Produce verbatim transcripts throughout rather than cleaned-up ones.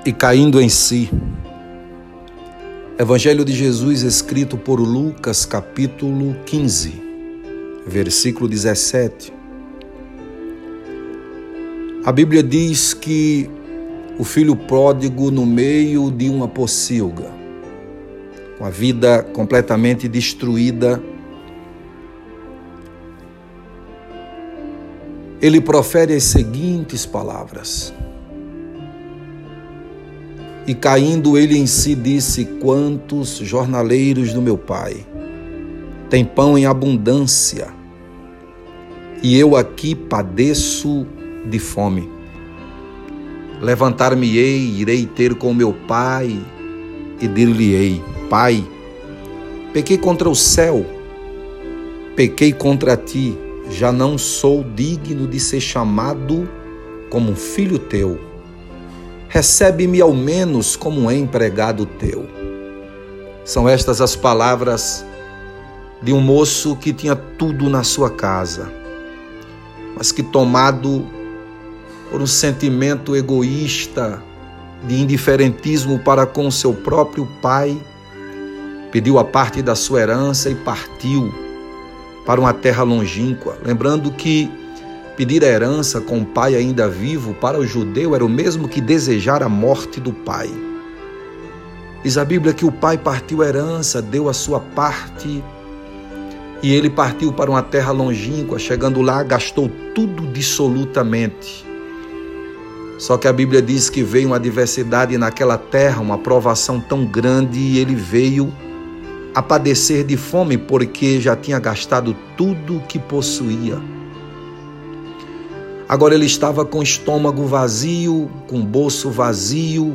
e caindo em si. Evangelho de Jesus escrito por Lucas, capítulo quinze, versículo dezessete. A Bíblia diz que o filho pródigo, no meio de uma pocilga, com a vida completamente destruída, ele profere as seguintes palavras: e caindo ele em si disse: quantos jornaleiros do meu pai têm pão em abundância, e eu aqui padeço de fome. Levantar-me-ei, irei ter com meu pai e dir-lhe-ei: Pai, pequei contra o céu, pequei contra ti, já não sou digno de ser chamado como um filho teu. Recebe-me ao menos como um empregado teu. São estas as palavras de um moço que tinha tudo na sua casa, mas que, tomado por um sentimento egoísta de indiferentismo para com seu próprio pai, pediu a parte da sua herança e partiu para uma terra longínqua. Lembrando que pedir a herança com o pai ainda vivo, para o judeu, era o mesmo que desejar a morte do pai. Diz a Bíblia que o pai partiu a herança, deu a sua parte, e ele partiu para uma terra longínqua. Chegando lá, gastou tudo dissolutamente. Só que a Bíblia diz que veio uma adversidade naquela terra, uma provação tão grande, e ele veio a padecer de fome, porque já tinha gastado tudo o que possuía. Agora ele estava com o estômago vazio, com o bolso vazio.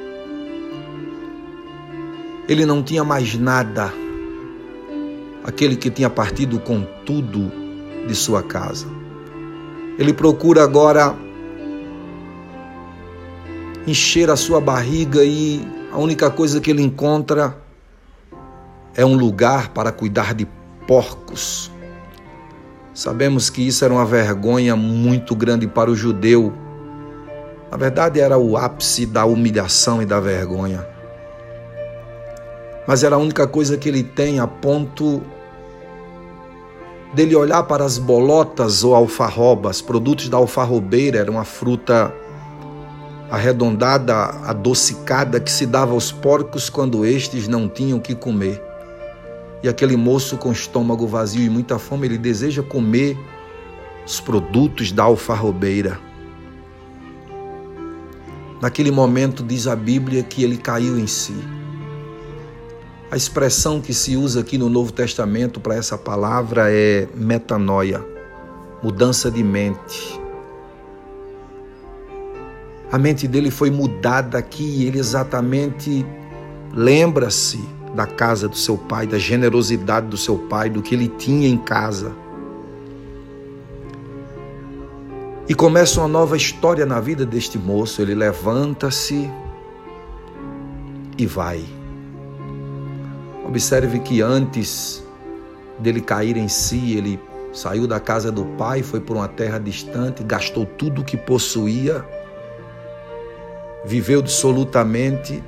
Ele não tinha mais nada. Aquele que tinha partido com tudo de sua casa. Ele procura agora encher a sua barriga, e a única coisa que ele encontra é um lugar para cuidar de porcos. Sabemos que isso era uma vergonha muito grande para o judeu. Na verdade, era o ápice da humilhação e da vergonha. Mas era a única coisa que ele tem, a ponto dele olhar para as bolotas ou alfarrobas, produtos da alfarrobeira. Era uma fruta arredondada, adocicada, que se dava aos porcos quando estes não tinham o que comer. E aquele moço com estômago vazio e muita fome, ele deseja comer os produtos da alfarrobeira. Naquele momento, diz a Bíblia que ele caiu em si. A expressão que se usa aqui no Novo Testamento para essa palavra é metanoia, mudança de mente. A mente dele foi mudada aqui, e ele exatamente lembra-se da casa do seu pai, da generosidade do seu pai, do que ele tinha em casa. E começa uma nova história na vida deste moço. Ele levanta-se e vai. Observe que antes dele cair em si, ele saiu da casa do pai, foi para uma terra distante, gastou tudo o que possuía, viveu dissolutamente.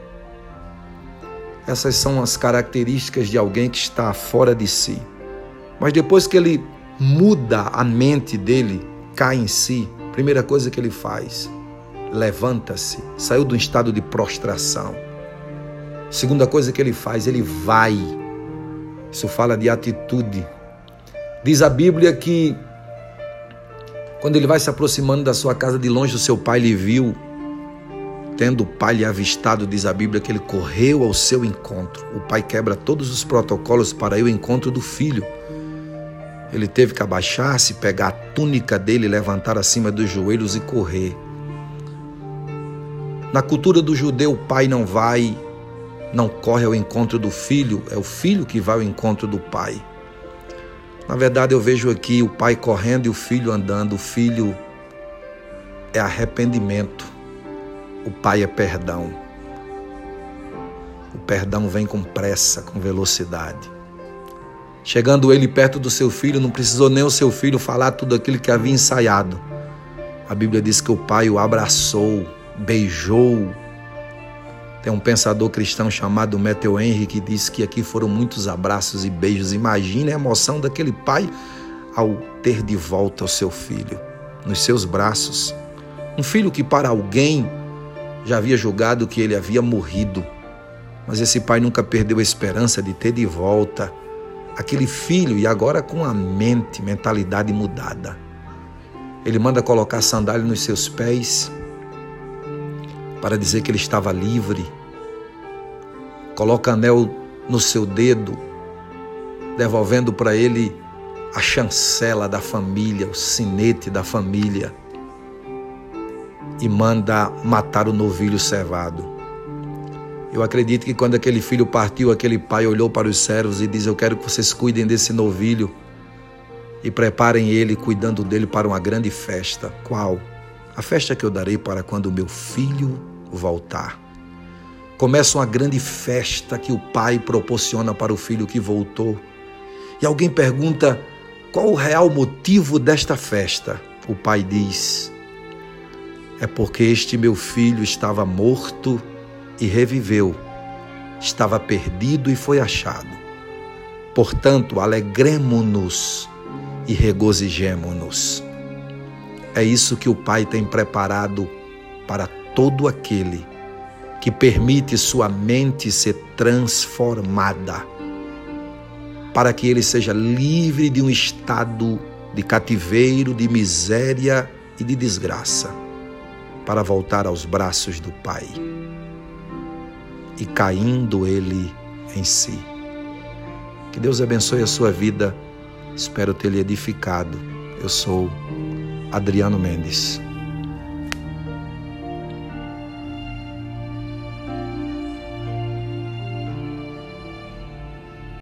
Essas são as características de alguém que está fora de si. Mas depois que ele muda a mente dele, cai em si, primeira coisa que ele faz, levanta-se, saiu do estado de prostração. Segunda coisa que ele faz, ele vai. Isso fala de atitude. Diz a Bíblia que quando ele vai se aproximando da sua casa, de longe o seu pai lhe viu. Tendo o pai lhe avistado, diz a Bíblia que ele correu ao seu encontro. O pai quebra todos os protocolos para ir ao encontro do filho. Ele teve que abaixar-se, pegar a túnica dele, levantar acima dos joelhos e correr. Na cultura do judeu, o pai não vai, não corre ao encontro do filho, é o filho que vai ao encontro do pai. Na verdade, eu vejo aqui o pai correndo e o filho andando. O filho é arrependimento. O pai é perdão. O perdão vem com pressa, com velocidade. Chegando ele perto do seu filho, não precisou nem o seu filho falar tudo aquilo que havia ensaiado. A Bíblia diz que o pai o abraçou, beijou Tem um pensador cristão chamado Matthew Henry que diz que aqui foram muitos abraços e beijos. Imagine a emoção daquele pai ao ter de volta o seu filho nos seus braços. Um filho que para alguém já havia julgado que ele havia morrido. Mas esse pai nunca perdeu a esperança de ter de volta aquele filho, e agora com a mente, mentalidade mudada. Ele manda colocar sandália nos seus pés para dizer que ele estava livre. Coloca anel no seu dedo, devolvendo para ele a chancela da família, o sinete da família, e manda matar o novilho cevado. Eu acredito que quando aquele filho partiu, aquele pai olhou para os servos e disse: eu quero que vocês cuidem desse novilho e preparem ele, cuidando dele, para uma grande festa. Qual? A festa que eu darei para quando o meu filho voltar. Começa uma grande festa que o pai proporciona para o filho que voltou. E alguém pergunta: qual o real motivo desta festa? O pai diz: é porque este meu filho estava morto e reviveu, estava perdido e foi achado. Portanto, alegremo-nos e regozijemo-nos. É isso que o Pai tem preparado para todo aquele que permite sua mente ser transformada, para que ele seja livre de um estado de cativeiro, de miséria e de desgraça, para voltar aos braços do Pai. E caindo ele em si. Que Deus abençoe a sua vida. Espero ter lhe edificado. Eu sou Adriano Mendes.